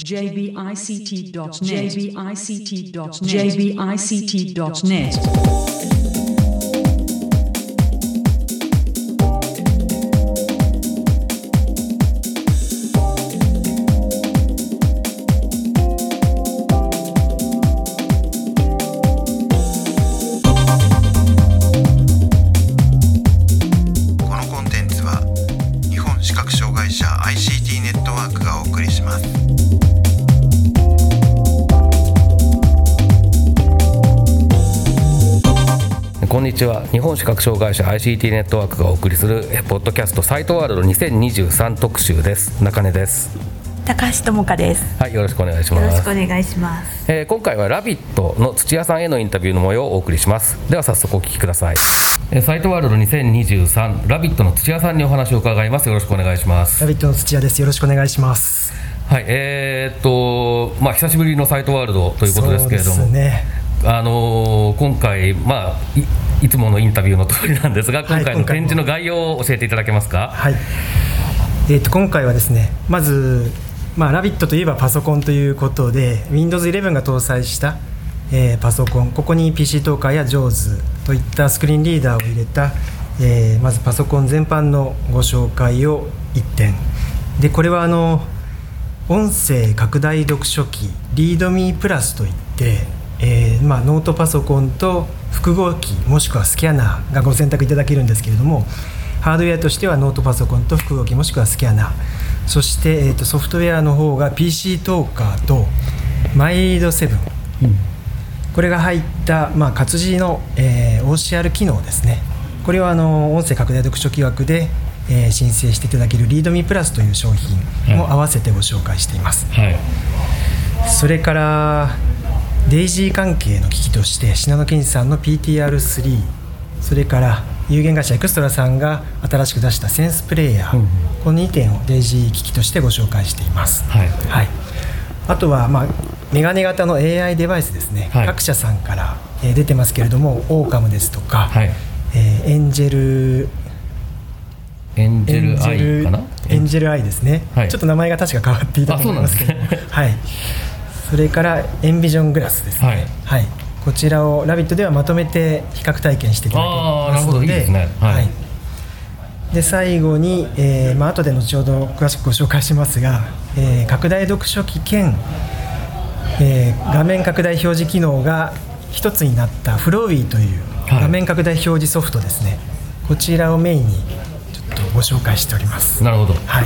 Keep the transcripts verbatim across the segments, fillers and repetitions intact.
ジェイビーアイシーティードットネット ジェイビーアイシーティードットネット ジェイビーアイシーティードットネットこんにちは。日本視覚障害者 アイシーティー ネットワークがお送りするポッドキャストサイトワールドにせんにじゅうさん特集です。中根です。 高橋智香です。 はい、よろしくお願いします。 よろしくお願いします。 えー、今回はラビットの土屋さんへのインタビューの模様をお送りします。では早速お聞きください。えー、サイトワールドにせんにじゅうさんラビットの土屋さんにお話を伺います。よろしくお願いします。 ラビットの土屋です。よろしくお願いします。 はい、えー、っとまあ久しぶりのサイトワールドということですけれども、 そうですね、 あのー、今回まあ い, いつものインタビューの通りなんですが、今回の展示の概要を教えていただけますか。 はい、えー、と今回はですね、まず、まあ、ラビットといえばパソコンということで ウィンドウズイレブン が搭載した、えー、パソコン、ここに ピーシー トーカーや ジョーズ といったスクリーンリーダーを入れた、えー、まずパソコン全般のご紹介をいってんで、これはあの音声拡大読書機リードミープラスといって、えーまあ、ノートパソコンと複合機もしくはスキャナーがご選択いただけるんですけれども、ハードウェアとしてはノートパソコンと複合機もしくはスキャナー、そして、えー、とソフトウェアの方が ピーシー トーカーとマイリードセブン、うん、これが入った、まあ、活字の、えー、オーシーアール 機能ですね。これはあの音声拡大読書機枠でえー、申請していただけるリードミープラスという商品も合わせてご紹介しています、はい、それからデイジー関係の機器として信濃健治さんの ピーティーアールスリー、 それから有限会社エクストラさんが新しく出したセンスプレイヤー、うん、このにてんをデイジー機器としてご紹介しています、はいはい、あとは、まあ、メガネ型の エーアイ デバイスですね、はい、各社さんから、えー、出てますけれども、オーカムですとか、はい、えー、エンジェルエンジェルアイかな、 エンジェルアイですね、はい、ちょっと名前が確か変わっていたと思いますけど、ね、はい、それからエンビジョングラスですね、はいはい、こちらをラビットではまとめて比較体験していただけますので、いいですね、はいはい、で最後に、えーまあ後で後ほど詳しくご紹介しますが、えー、拡大読書機兼、えー、画面拡大表示機能が一つになったフローウィーという画面拡大表示ソフトですね、はい、こちらをメインにご紹介しております。 なるほど、はい、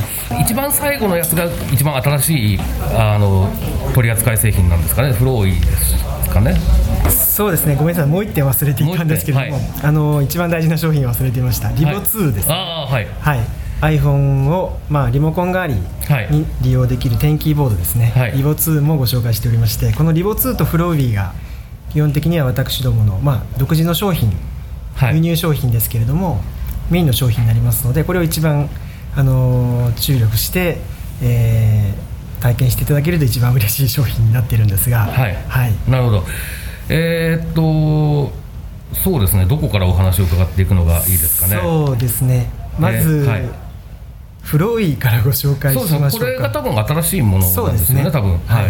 一番最後のやつが一番新しいあの取り扱い製品なんですかね。フローイですかね。 そうですね、ごめんなさい、もう一点忘れていたんですけれども、はい、あの一番大事な商品を忘れていました。リボツーですね、はいはいはい、iPhone を、まあ、リモコン代わりに利用できるテンキーボードですね、はい、リボツーもご紹介しておりまして、このリボツーとフローウィーが基本的には私どもの、まあ、独自の商品、はい、輸入商品ですけれどもメインの商品になりますので、これを一番、あのー、注力して、えー、体験していただけると一番嬉しい商品になっているんですが、 はいはい、なるほど。えー、っとそうですね、どこからお話を伺っていくのがいいですかね。 そうですね、まず、えーはい、フローイーからご紹介しましょうか。そうですね、これが多分新しいものなんですよね、ね多分、はい、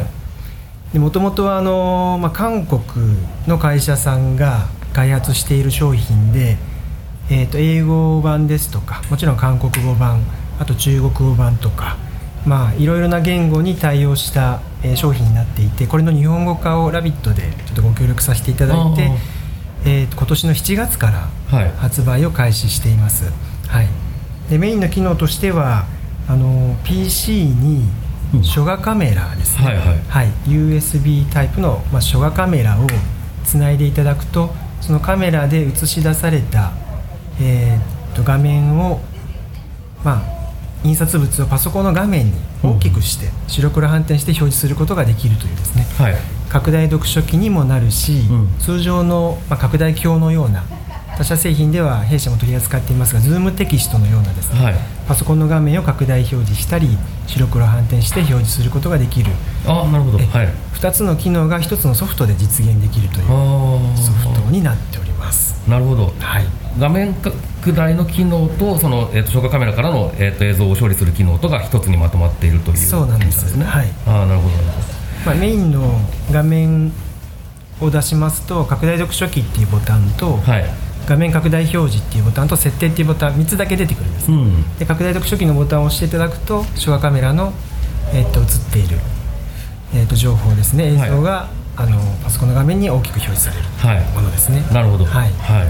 もともとはあのーまあ、韓国の会社さんが開発している商品で、えー、と英語版ですとか、もちろん韓国語版、あと中国語版とか、まあ、いろいろな言語に対応した、えー、商品になっていて、これの日本語化をラビットでちょっとご協力させていただいて、えー、今年のしちがつから発売を開始しています、はい、でメインの機能としてはあの ピーシー に書画カメラですね、はいはいはい、ユーエスビー タイプの、まあ、書画カメラをつないでいただくと、そのカメラで映し出されたえー、と画面を、まあ、印刷物をパソコンの画面に大きくして白黒反転して表示することができるというですね、はい、拡大読書機にもなるし、うん、通常の、まあ、拡大鏡のような他社製品では弊社も取り扱っていますが、ズームテキストのようなですね、はい、パソコンの画面を拡大表示したり白黒反転して表示することができる。 あ、なるほど、はい、 ふたつの機能がひとつのソフトで実現できるというソフトになっております。 ます。 なるほど、 はい、 画面拡大の機能とその、えー、と小画カメラからの、えー、と映像を処理する機能とが一つにまとまっているというそうなんですね。はい、 あなるほどなるほど、 まあ、メインの画面を出しますと拡大読書機っていうボタンと、はい、画面拡大表示っていうボタンと設定っていうボタンみっつだけ出てくるんです、うん、で拡大読書機のボタンを押していただくと小画カメラの、えー、と映っている、えー、と情報ですね、映像が、はい、あのパソコンの画面に大きく表示されるものですね、 はい、なるほど、 はいはい、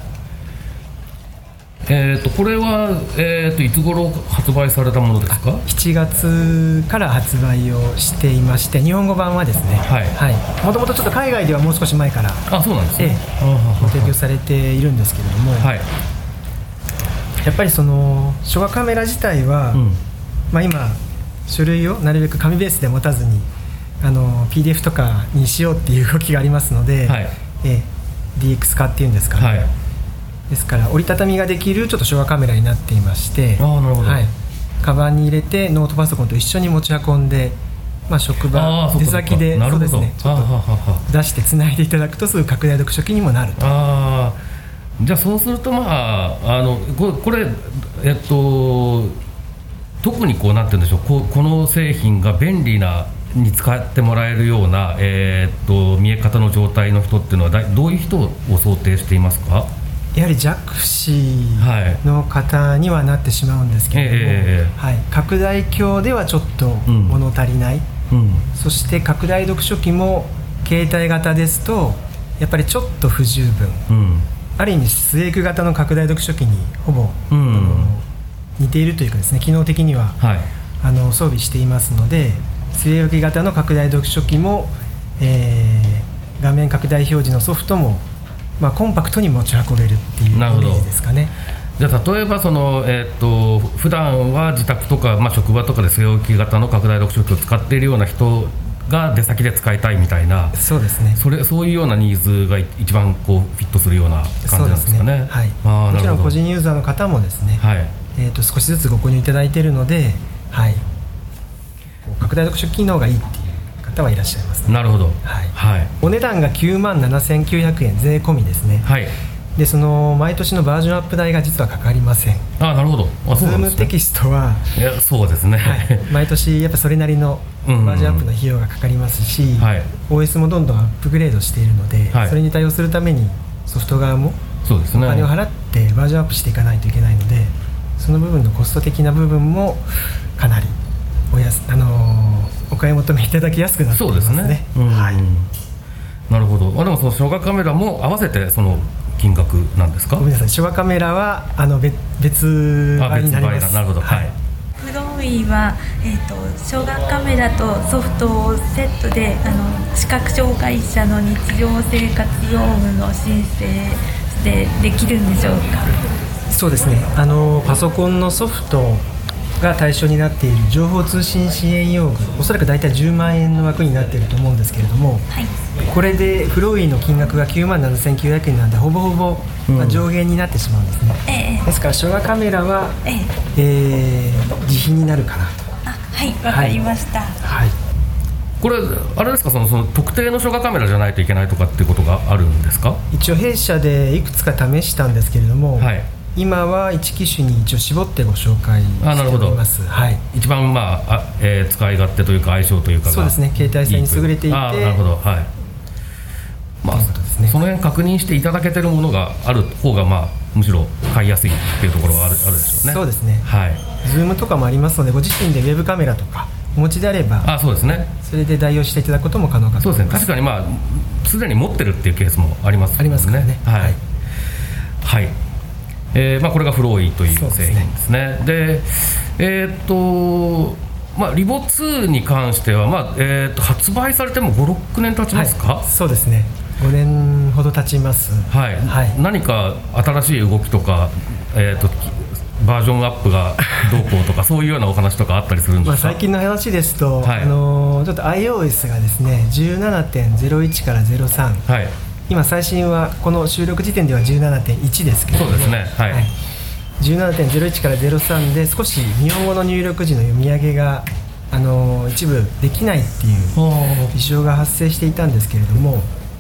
えー、とこれは、えー、といつ頃発売されたものですか？ しちがつから発売をしていまして、日本語版はですね、はいはい、もともとちょっと海外ではもう少し前からあそうなんですね、 えー、ご提供されているんですけれども、はい、やっぱりその小画カメラ自体は、うんまあ、今書類をなるべく紙ベースで持たずにあの ピーディーエフ とかにしようっていう動きがありますので、はいえー、ディーエックス 化っていうんですかね、はい、ですから折りたたみができるちょっと小画カメラになっていまして、 あなるほど、はい、 カバンに入れてノートパソコンと一緒に持ち運んで、まあ、職場出先でそうですねちょっと出してつないでいただくとすぐ拡大読書機にもなると。 あじゃあそうするとまああのこれ、これえっと特にこうなんて言うんでしょう こ, この製品が便利なに使ってもらえるような、えー、っと見え方の状態の人っていうのはだどういう人を想定していますか？ やはり弱視の方にはなってしまうんですけれども、はいえーはい、拡大鏡ではちょっと物足りない、うんうん、そして拡大読書機も携帯型ですとやっぱりちょっと不十分、うん、ある意味スエーク型の拡大読書機にほぼ、うん、あの似ているというかですね機能的には、はい、あの装備していますので据え置き型の拡大読書機も、えー、画面拡大表示のソフトも、まあ、コンパクトに持ち運べるっていうイメージですかね。 じゃあ例えばその、えー、と普段は自宅とか、まあ、職場とかで据え置き型の拡大読書機を使っているような人が出先で使いたいみたいなそうですねそれそういうようなニーズが一番こうフィットするような感じなんですかね。 ねはい、あもちろん個人ユーザーの方もですね、はいえー、と少しずつご購入いただいているので、はい拡大読書機能がいいっていう方はいらっしゃいます、ね、 なるほど、 はいはい、お値段がきゅうまんななせんきゅうひゃくえん税込みですね、はい、でその毎年のバージョンアップ代が実はかかりません。 あなるほどあそうなんですね。 ズームテキストはいやそうですね、はい、 毎年やっぱそれなりのバージョンアップの費用がかかりますし、うんうんはい、オーエス もどんどんアップグレードしているので、はい、それに対応するためにソフト側もお金を払ってバージョンアップしていかないといけないのでその部分のコスト的な部分もかなりおやす、あのー、お買い求めいただきやすくなっていますね。そうですね、うんはい、 なるほど。あでもその小画カメラも合わせてその金額なんですか？ ごめんなさい小画カメラはあの 別, 別売になります。 なるほど、はい、 フローイは、えー、と小画カメラとソフトをセットであの視覚障害者の日常生活用具の申請でできるんでしょうか？ そうですねあのパソコンのソフトが対象になっている情報通信支援用具おそらく大体じゅうまんえんの枠になっていると思うんですけれども、はい、これでフローイの金額がきゅうまんななせんきゅうひゃくえんなんでほぼほぼ、うんまあ、上限になってしまうんですね、えー、ですから小画カメラは、えーえー、自費になるかなと。 あはいわかりました、はいはい、 これあれですかその、その特定の小画カメラじゃないといけないとかっていうことがあるんですか？ 一応弊社でいくつか試したんですけれども、はい今はいち機種に一応絞ってご紹介しております。はい、 一番、まああえー、使い勝手というか相性というかがそうですね携帯性に優れていてあなるほど、はいまあそうですね、その辺確認していただけているものがある方が、まあ、むしろ買いやすいっていうところはある、あるでしょうね。 そうですね、はい、Zoom とかもありますのでご自身でウェブカメラとかお持ちであればあそうですねそれで代用していただくことも可能かと思います。 そうですね確かに、まあ、すでに持ってるっていうケースもありますね。 ありますからねはい、はいはいえーまあ、これがフローイという製品ですね。で、えーっとまあ、リボツーに関しては、まあえー、っと発売されてもごろくねん経ちますか？ はい、そうですねごねんほど経ちます、 はいはい、何か新しい動きとか、えーっとバージョンアップがどうこうとかそういうようなお話とかあったりするんですか？ まあ最近の話ですと、はいあのー、ちょっと iOS がですね じゅうななてんゼロいち からゼロさん、はい今最新はこの収録時点では じゅうななてんいち ですけれどもそうですね、はいはい、 じゅうななてんゼロいち からゼロさんで少し日本語の入力時の読み上げが、あのー、一部できないっていう異常が発生していたんですけれども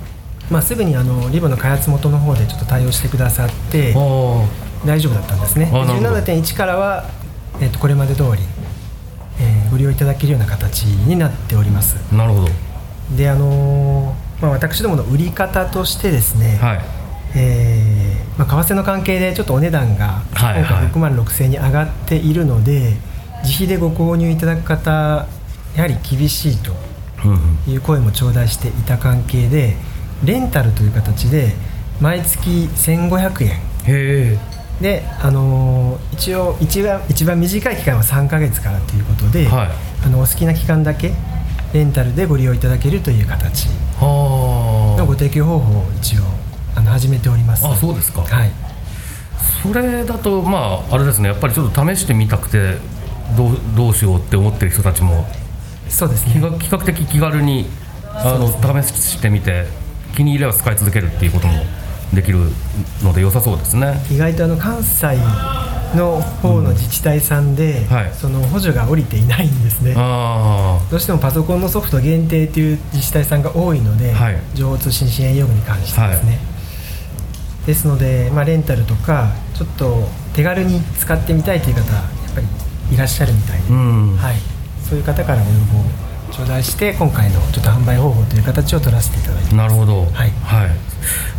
まあ、すぐにあのリボの開発元の方でちょっと対応してくださって大丈夫だったんですね。 じゅうななてんいち からは、えー、とこれまで通り、えー、ご利用いただけるような形になっております。 なるほど。 で、あのーまあ、私どもの売り方としてですね、はい、えーまあ、為替の関係でちょっとお値段が今回ろくまんろくせんえんに上がっているので、はいはい、自費でご購入いただく方やはり厳しいという声も頂戴していた関係で、レンタルという形で毎月せんごひゃくえんへで、あのー、一応一番、一番短い期間はさんかげつからということで、はい、あのお好きな期間だけレンタルでご利用いただけるという形のご提供方法を一応あの始めております。 あ、そうですか。 はい、 それだと、まあ、あれですね、やっぱりちょっと試してみたくてどう、どうしようって思ってる人たちもそうですね、 比較的気軽にあの、ね、試してみて気に入れば使い続けるっていうこともできるので良さそうですね。 意外とあの関西の方の自治体さんで、うんはい、その補助が下りていないんですね。あ、どうしてもパソコンのソフト限定という自治体さんが多いので、はい、情報通信支援用具に関してですね、はい、ですので、まあ、レンタルとかちょっと手軽に使ってみたいという方やっぱりいらっしゃるみたいで、うんはい、そういう方からご要望を頂戴して今回のちょっと販売方法という形を取らせていただいてます。 なるほど、 はいはい、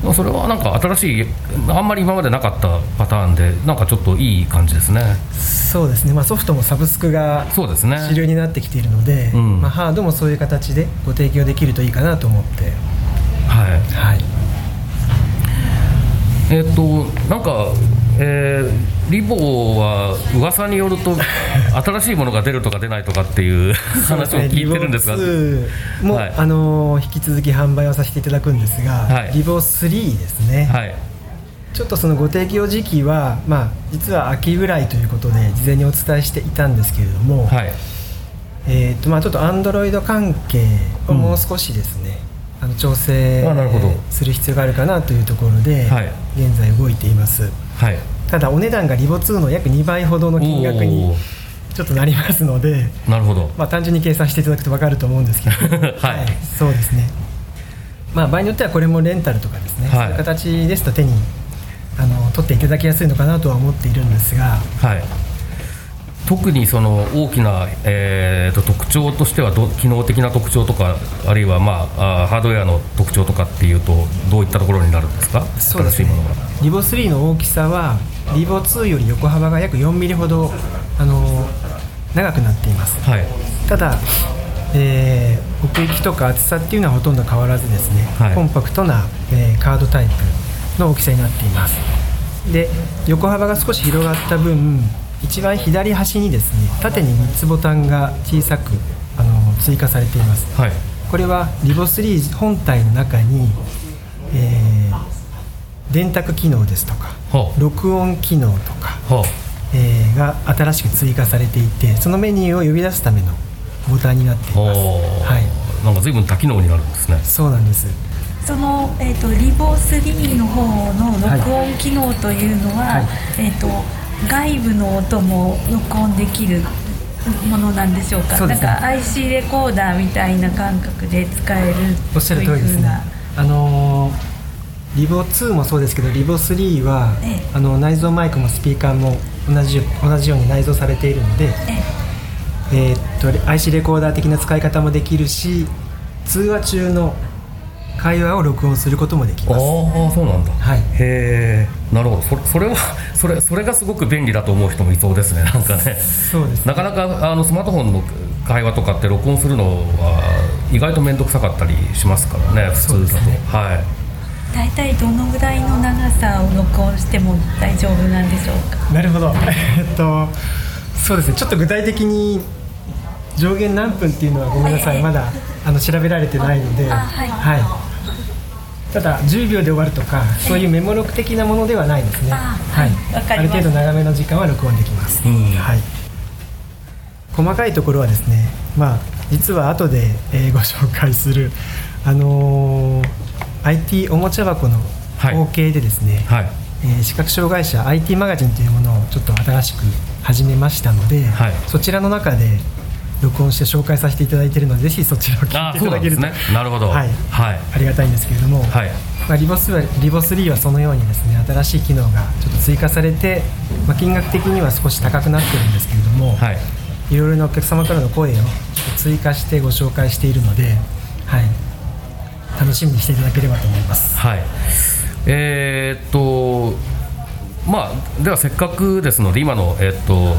それはなんか新しい、あんまり今までなかったパターンでなんかちょっといい感じですね。 そうですね、まあ、ソフトもサブスクが主流になってきているので、うん、まあ、ハードもそういう形でご提供できるといいかなと思って、 はいはい、 えー、っとなんか、えーリボは噂によると新しいものが出るとか出ないとかっていう話を聞いてるんですが、リボツーも、はい、あの引き続き販売をさせていただくんですが、はい、リボスリーですね、はい、ちょっとそのご提供時期は、まあ、実は秋ぐらいということで事前にお伝えしていたんですけれども、はい、えーとまあ、ちょっと Android 関係をもう少しですね、うん、あの調整する必要があるかなというところで、はい、現在動いています。はい、ただお値段がリボツーの約にばいほどの金額にちょっとなりますので、 なるほど、 まあ、単純に計算していただくと分かると思うんですけど、はいはい、そうですね、まあ、場合によってはこれもレンタルとかですね、はい、そういう形ですと手にあの取っていただきやすいのかなとは思っているんですが、 はい、特にその大きな、えー、と特徴としてはど機能的な特徴とかあるいは、まあ、あハードウェアの特徴とかっていうとどういったところになるんですか。 そうですね、新しいものがリボスリーの大きさはリボツーより横幅が約よんミリほどあの長くなっています、はい、ただ、えー、奥行きとか厚さっていうのはほとんど変わらずですね、はい、コンパクトな、えー、カードタイプの大きさになっています。で、横幅が少し広がった分一番左端にですね縦にみっつボタンが小さくあの追加されています、はい、これはリボスリー本体の中に、えー、電卓機能ですとか、はあ、録音機能とか、はあえー、が新しく追加されていて、そのメニューを呼び出すためのボタンになっています、はい、 なんか随分多機能になるんですね。 そうなんです。 その、えーと、リボスリーの方の録音機能というのは、はいはい、えーと外部の音も録音できるものなんでしょうか。そうですね、なんか アイシー レコーダーみたいな感覚で使えるおっしゃる通りですね。あのー、リボツーもそうですけどリボスリーは、ええ、あの内蔵マイクもスピーカーも同じ、同じように内蔵されているので、えええー、っと アイシー レコーダー的な使い方もできるし、通話中の会話を録音することもできます。ああ、そうなんだ、 はい、 へえ、なるほど。 そ, それはそれそれがすごく便利だと思う人もいそうですね。なんかね、 そうですね、 なかなかあのスマートフォンの会話とかって録音するのは意外と面倒くさかったりしますからね、普通だと、ね、はい。 だいたいどのぐらいの長さを録音しても大丈夫なんでしょうか。 なるほどえっとそうですね、ちょっと具体的に上限何分っていうのはごめんなさい、えー、まだあの調べられてないので、はい、はい、ただじゅうびょうで終わるとかそういうメモ録的なものではないですね。あ、はい、ある程度長めの時間は録音できます、うん、はい、細かいところはですね、まあ、実は後で、えー、ご紹介する、あのー、アイティー おもちゃ箱の後継でですね、はいはい、えー、視覚障害者 アイティー マガジンというものをちょっと新しく始めましたので、はい、そちらの中で録音して紹介させていただいているので、ぜひそちらを聞いていただけると、 ね、なるほど、 はいはい、 ありがたいんですけれども、はい、まあ、リボスはリボスリーはそのようにですね、新しい機能がちょっと追加されて、まあ、金額的には少し高くなってるんですけれども、はい、いろいろなお客様からの声を追加してご紹介しているので、はい、楽しみにしていただければと思います。 はい、えー、っとまあ、ではせっかくですので、今の、えー、っと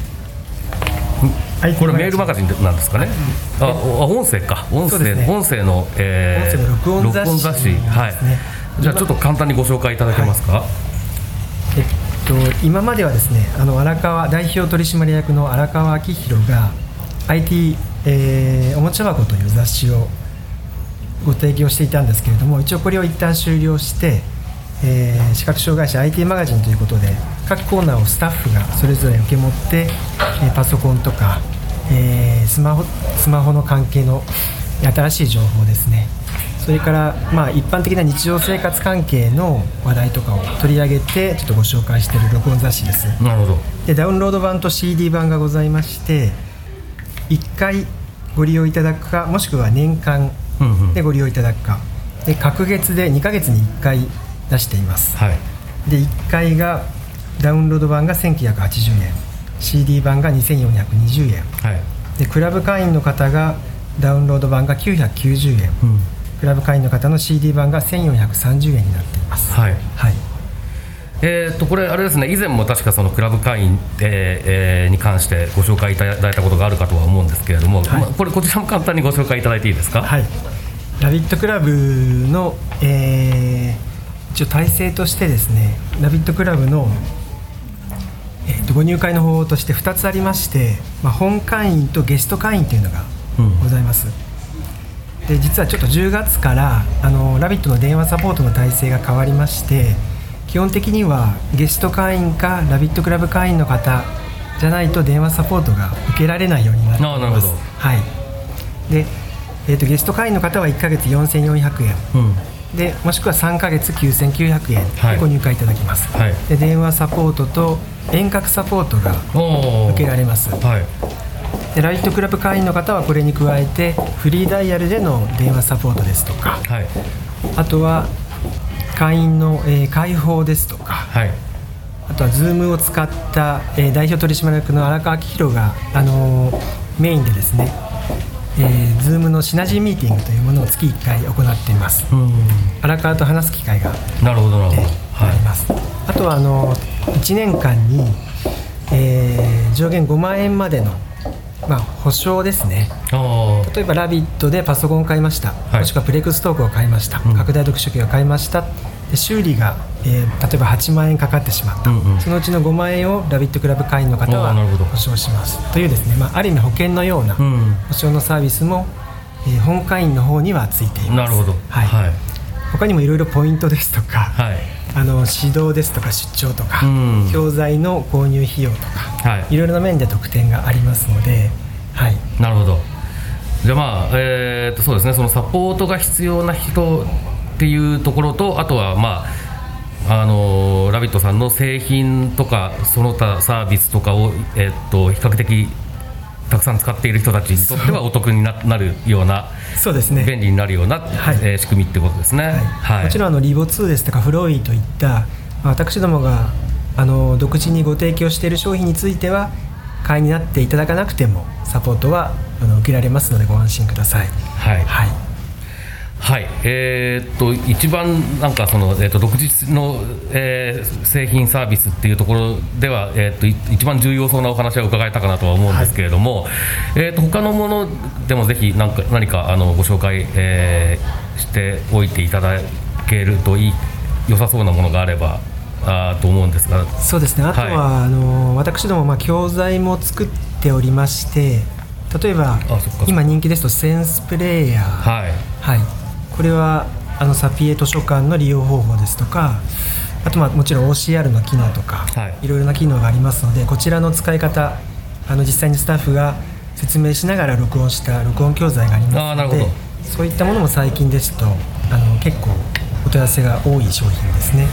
これメールマガジンなんですかね、うん、あ音声か音声、ね、音声の、えー、 音声の録音雑誌、録音雑誌、 はい、じゃあちょっと簡単にご紹介いただけますか。はい、 えっと、今まではですね、あの荒川代表取締役の荒川明宏が アイティー、えー、おもちゃ箱という雑誌をご提供していたんですけれども、一応これを一旦終了して、えー、視覚障害者 アイティー マガジンということで、各コーナーをスタッフがそれぞれ受け持って、えー、パソコンとか、えー、スマホ、スマホの関係の新しい情報ですね、それから、まあ、一般的な日常生活関係の話題とかを取り上げてちょっとご紹介している録音雑誌です。 なるほど。 でダウンロード版と シーディー 版がございまして、いっかいご利用いただくか、もしくは年間でご利用いただくか、で隔月でにかげつにいっかい出しています。はい、でいっかいがダウンロード版がせんきゅうひゃくはちじゅうえん、 シーディー 版がにせんよんひゃくにじゅうえん、はい、でクラブ会員の方がダウンロード版がきゅうひゃくきゅうじゅうえん、うん、クラブ会員の方の シーディー 版がせんよんひゃくさんじゅうえんになっています。はい、はい、 えー、とこれあれですね、以前も確かそのクラブ会員、えーえー、に関してご紹介いただいたことがあるかとは思うんですけれども、はい、まあ、これこちらも簡単にご紹介いただいていいですか。 はい、ラビットクラブの、えー一応体制としてですね、ラビットクラブの、えー、とご入会の方法としてふたつありまして、まあ、本会員とゲスト会員というのがございます。うん、で実はちょっとじゅうがつからあのラビットの電話サポートの体制が変わりまして、基本的にはゲスト会員かラビットクラブ会員の方じゃないと電話サポートが受けられないようになっています。あ、なるほど。はい、で、えー、とゲスト会員の方はいっかげつよんせんよんひゃくえん、うん、でもしくはさんかげつきゅうせんきゅうひゃくえんでご入会いただきます。はい、で電話サポートと遠隔サポートが受けられます。はい、でライトクラブ会員の方はこれに加えてフリーダイヤルでの電話サポートですとか、はい、あとは会員の、えー、開放ですとか、はい、あとは Zoom を使った、えー、代表取締役の荒川明宏が、あのー、メインでですね、えー、Zoom のシナジーミーティングというものを月いっかい行っています。うん、荒川と話す機会がなるほどなるほど、 あります。はい、あとはあのいちねんかんに、えー、上限ごまんえんまでの、まあ、保証ですね。例えばラビットでパソコンを買いました、はい、もしくはプレックストークを買いました、うん、拡大読書器を買いました、で修理が、えー、例えばはちまんえんかかってしまった、うんうん、そのうちのごまんえんをラビットクラブ会員の方は保証しますというですね、まあ、ある意味保険のような保証のサービスも、えー、本会員の方にはついています。なるほど。はいはい、他にもいろいろポイントですとか、はい、あの指導ですとか出張とか、うん、教材の購入費用とか、はい、いろいろな面で特典がありますので、はい、 なるほど。じゃあまあ、えー、とそうですね、そのサポートが必要な人っていうところと、あとはまああのラビットさんの製品とかその他サービスとかを、えー、と比較的たくさん使っている人たちにとってはお得に な, なるような、そうですね、便利になるような、はい、えー、仕組みってことですね。はいはい、 もちろんあのリボツーですとかフローイといった、まあ、私どもがあの独自にご提供している商品については会員になっていただかなくてもサポートはあの受けられますのでご安心ください。 はいはいはい、えー、っと一番なんかその、えー、っと独自の、えー、製品サービスっていうところでは、えー、っと一番重要そうなお話を伺えたかなとは思うんですけれども、はい、えー、っと他のものでもぜひ何か何かあのご紹介、えー、しておいていただけるといい良さそうなものがあればあと思うんですが。 そうですね、あとは、はい、あの私どもまあ教材も作っておりまして、例えば今人気ですとセンスプレイヤー、はいはい、これはあのサピエ図書館の利用方法ですとか、あとまあもちろん オーシーアール の機能とか、はい、いろいろな機能がありますので、こちらの使い方あの実際にスタッフが説明しながら録音した録音教材がありますので、そういったものも最近ですとあの結構お問い合わせが多い商品ですね。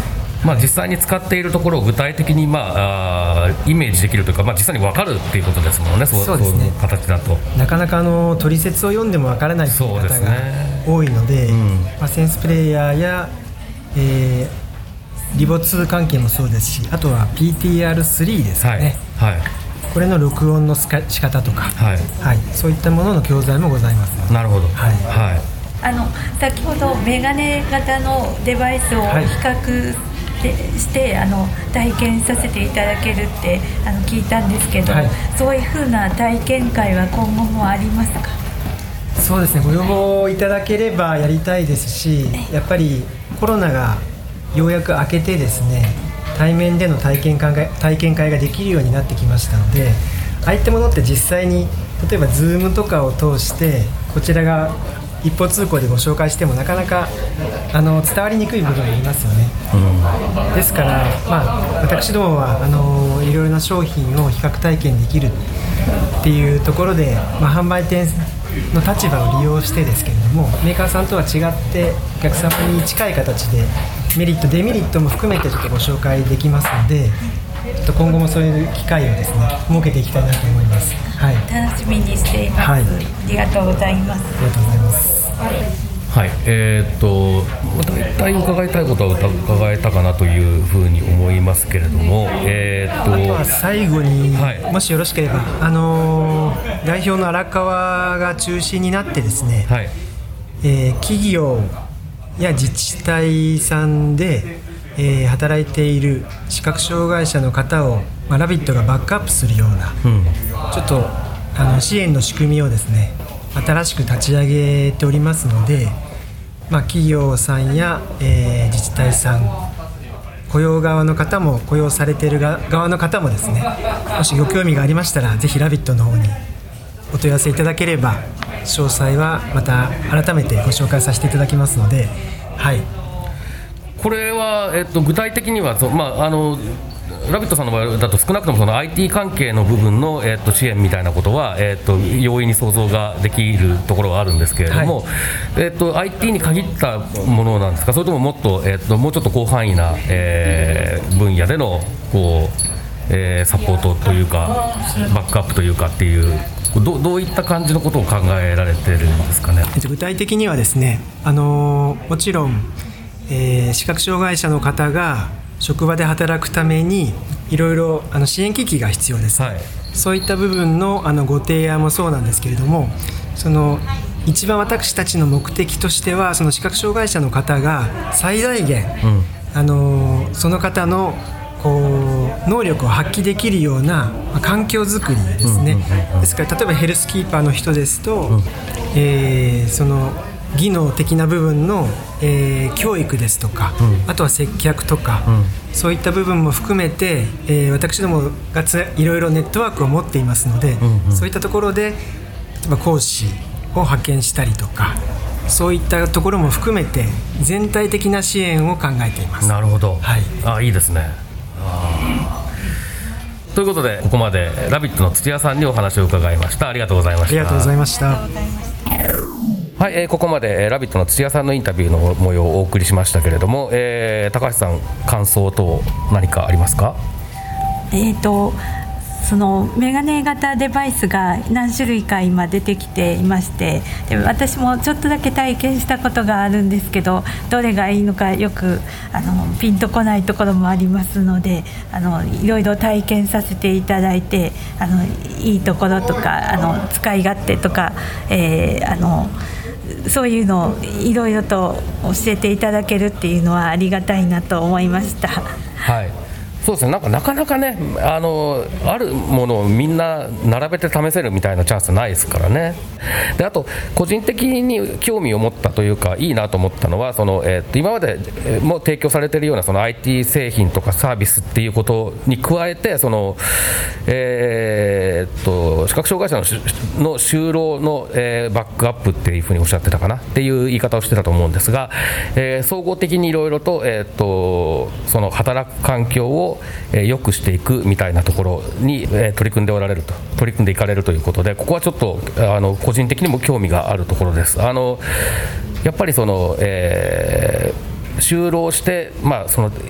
まあ、実際に使っているところを具体的に、まあ、あイメージできるというか、まあ、実際に分かるっていうことですもんね。そう、 そうですね。 そういう形だとなかなかあの取説を読んでも分からないという方が多いので、うん、まあ、センスプレイヤーや、えー、リボツー関係もそうですし、あとは ピーティーアールスリー ですかね、はいはい、これの録音の仕方とか、はいはい、そういったものの教材もございます。 なるほど、はいはい、 あの先ほどメガネ型のデバイスを比較でして、あの体験させていただけるってあの聞いたんですけど、はい、そういうふうな体験会は今後もありますか？ そうですね、ご要望いただければやりたいですし、やっぱりコロナがようやく明けてですね、対面での体験会が、体験会ができるようになってきましたので、ああいったものって実際に例えば Zoom とかを通してこちらが一方通行でご紹介してもなかなかあの伝わりにくい部分がありますよね、うん、ですから、まあ、私どもはあのいろいろな商品を比較体験できるっていうところで、まあ、販売店の立場を利用してですけれども、メーカーさんとは違ってお客様に近い形でメリットデメリットも含めてちょっとご紹介できますので、ちょっと今後もそういう機会をですね設けていきたいなと思います、はい、 楽しみにしています、はい、ありがとうございます。 ありがとうございます。 はい、えー、っと大体伺いたいことは伺えたかなというふうに思いますけれども、えー、っとあとは最後に、はい、もしよろしければ、あのー、代表の荒川が中心になってですね、はい、えー、企業や自治体さんで、えー、働いている視覚障害者の方を、まあ、ラビットがバックアップするような、うん、ちょっとあの支援の仕組みをですね新しく立ち上げておりますので、まあ、企業さんや、えー、自治体さん、雇用側の方も雇用されている側の方もですね、もしご興味がありましたらぜひラビットの方にお問い合わせいただければ、詳細はまた改めてご紹介させていただきますので、はい、 これは、えっと、具体的には、まあ、あのラビットさんの場合だと少なくともその アイティー 関係の部分の、えー、と支援みたいなことは、えー、と容易に想像ができるところがあるんですけれども、はい、えー、と アイティー に限ったものなんですか、それとももっと、えー、ともうちょっと広範囲な、えー、分野でのこう、えー、サポートというかバックアップというかっていう、ど, どういった感じのことを考えられてるんですかね。 具体的にはですね、あのもちろん、えー、視覚障害者の方が職場で働くためにいろいろあの支援機器が必要です、はい、そういった部分 の, あのご提案もそうなんですけれども、その一番私たちの目的としては、その視覚障害者の方が最大限、うん、あのその方のこう能力を発揮できるような、まあ、環境づくりですね、うんうんうん、ですから例えばヘルスキーパーの人ですと、うん、えー、その技能的な部分の、えー、教育ですとか、うん、あとは接客とか、うん、そういった部分も含めて、えー、私どもがついろいろネットワークを持っていますので、うんうん、そういったところで例えば講師を派遣したりとか、そういったところも含めて全体的な支援を考えています。 なるほど、はい、あ、いいですね。あ、ということでここまでラビットの土屋さんにお話を伺いました。ありがとうございました。 ありがとうございました。 はい、えー、ここまで、えー、ラビットの土屋さんのインタビューの模様をお送りしましたけれども、えー、高橋さん、感想等何かありますか？ えーとそのメガネ型デバイスが何種類か今出てきていまして、で私もちょっとだけ体験したことがあるんですけど、どれがいいのかよくあのピンとこないところもありますので、あのいろいろ体験させていただいて、あのいいところとかあの使い勝手とか、えー、あのそういうのをいろいろと教えていただけるっていうのはありがたいなと思いました。 はい、そうですね、なんかなかなかね、あのあるものをみんな並べて試せるみたいなチャンスないですからね。であと個人的に興味を持ったというかいいなと思ったのは、その、えー、と今までも提供されているようなその アイティー 製品とかサービスっていうことに加えて、その、えー、と視覚障害者 の, の就労の、えー、バックアップっていうふうにおっしゃってたかなっていう言い方をしてたと思うんですが、えー、総合的にいろいろと、えー、とその働く環境を良くしていくみたいなところに取り組んでおられると取り組んでいかれるということで、ここはちょっとあの個人的にも興味があるところです。あのやっぱりその、えー、就労して、まあ、その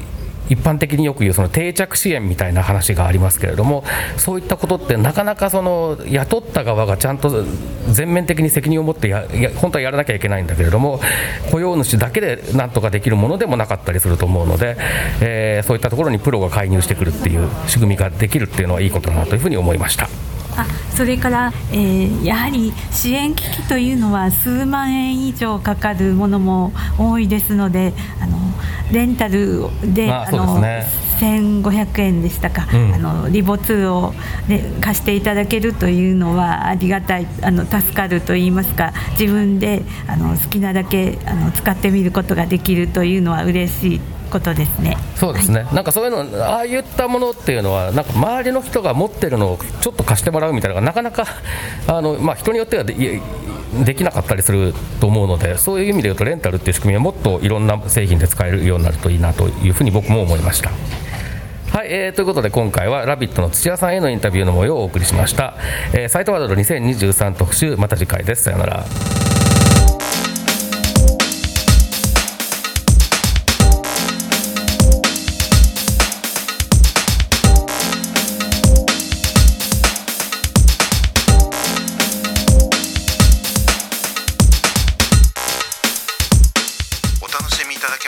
一般的によく言うその定着支援みたいな話がありますけれども、そういったことってなかなかその雇った側がちゃんと全面的に責任を持ってやや本当はやらなきゃいけないんだけれども、雇用主だけでなんとかできるものでもなかったりすると思うので、えー、そういったところにプロが介入してくるっていう仕組みができるっていうのはいいことだなというふうに思いました。 あそれから、えー、やはり支援機器というのは数万円以上かかるものも多いですので、あのレンタルで、 まあそうですね、 あのせんごひゃくえんでしたか、うん、あのリボツーを、ね、貸していただけるというのはありがたい、あの助かるといいますか、自分であの好きなだけあの使ってみることができるというのは嬉しいことですね。 そうですね、はい、なんかそういうの、ああいったものっていうのはなんか周りの人が持ってるのをちょっと貸してもらうみたいなのがなかなかあの、まあ、人によっては で, できなかったりすると思うので、そういう意味で言うとレンタルっていう仕組みはもっといろんな製品で使えるようになるといいなというふうに僕も思いました。はい、えー、ということで今回はラビットの土屋さんへのインタビューの模様をお送りしました。えー、サイトワールドにせんにじゅうさん特集、また次回です。さよなら。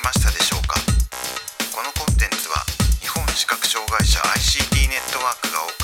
視覚障害者 アイシーティー ネットワークが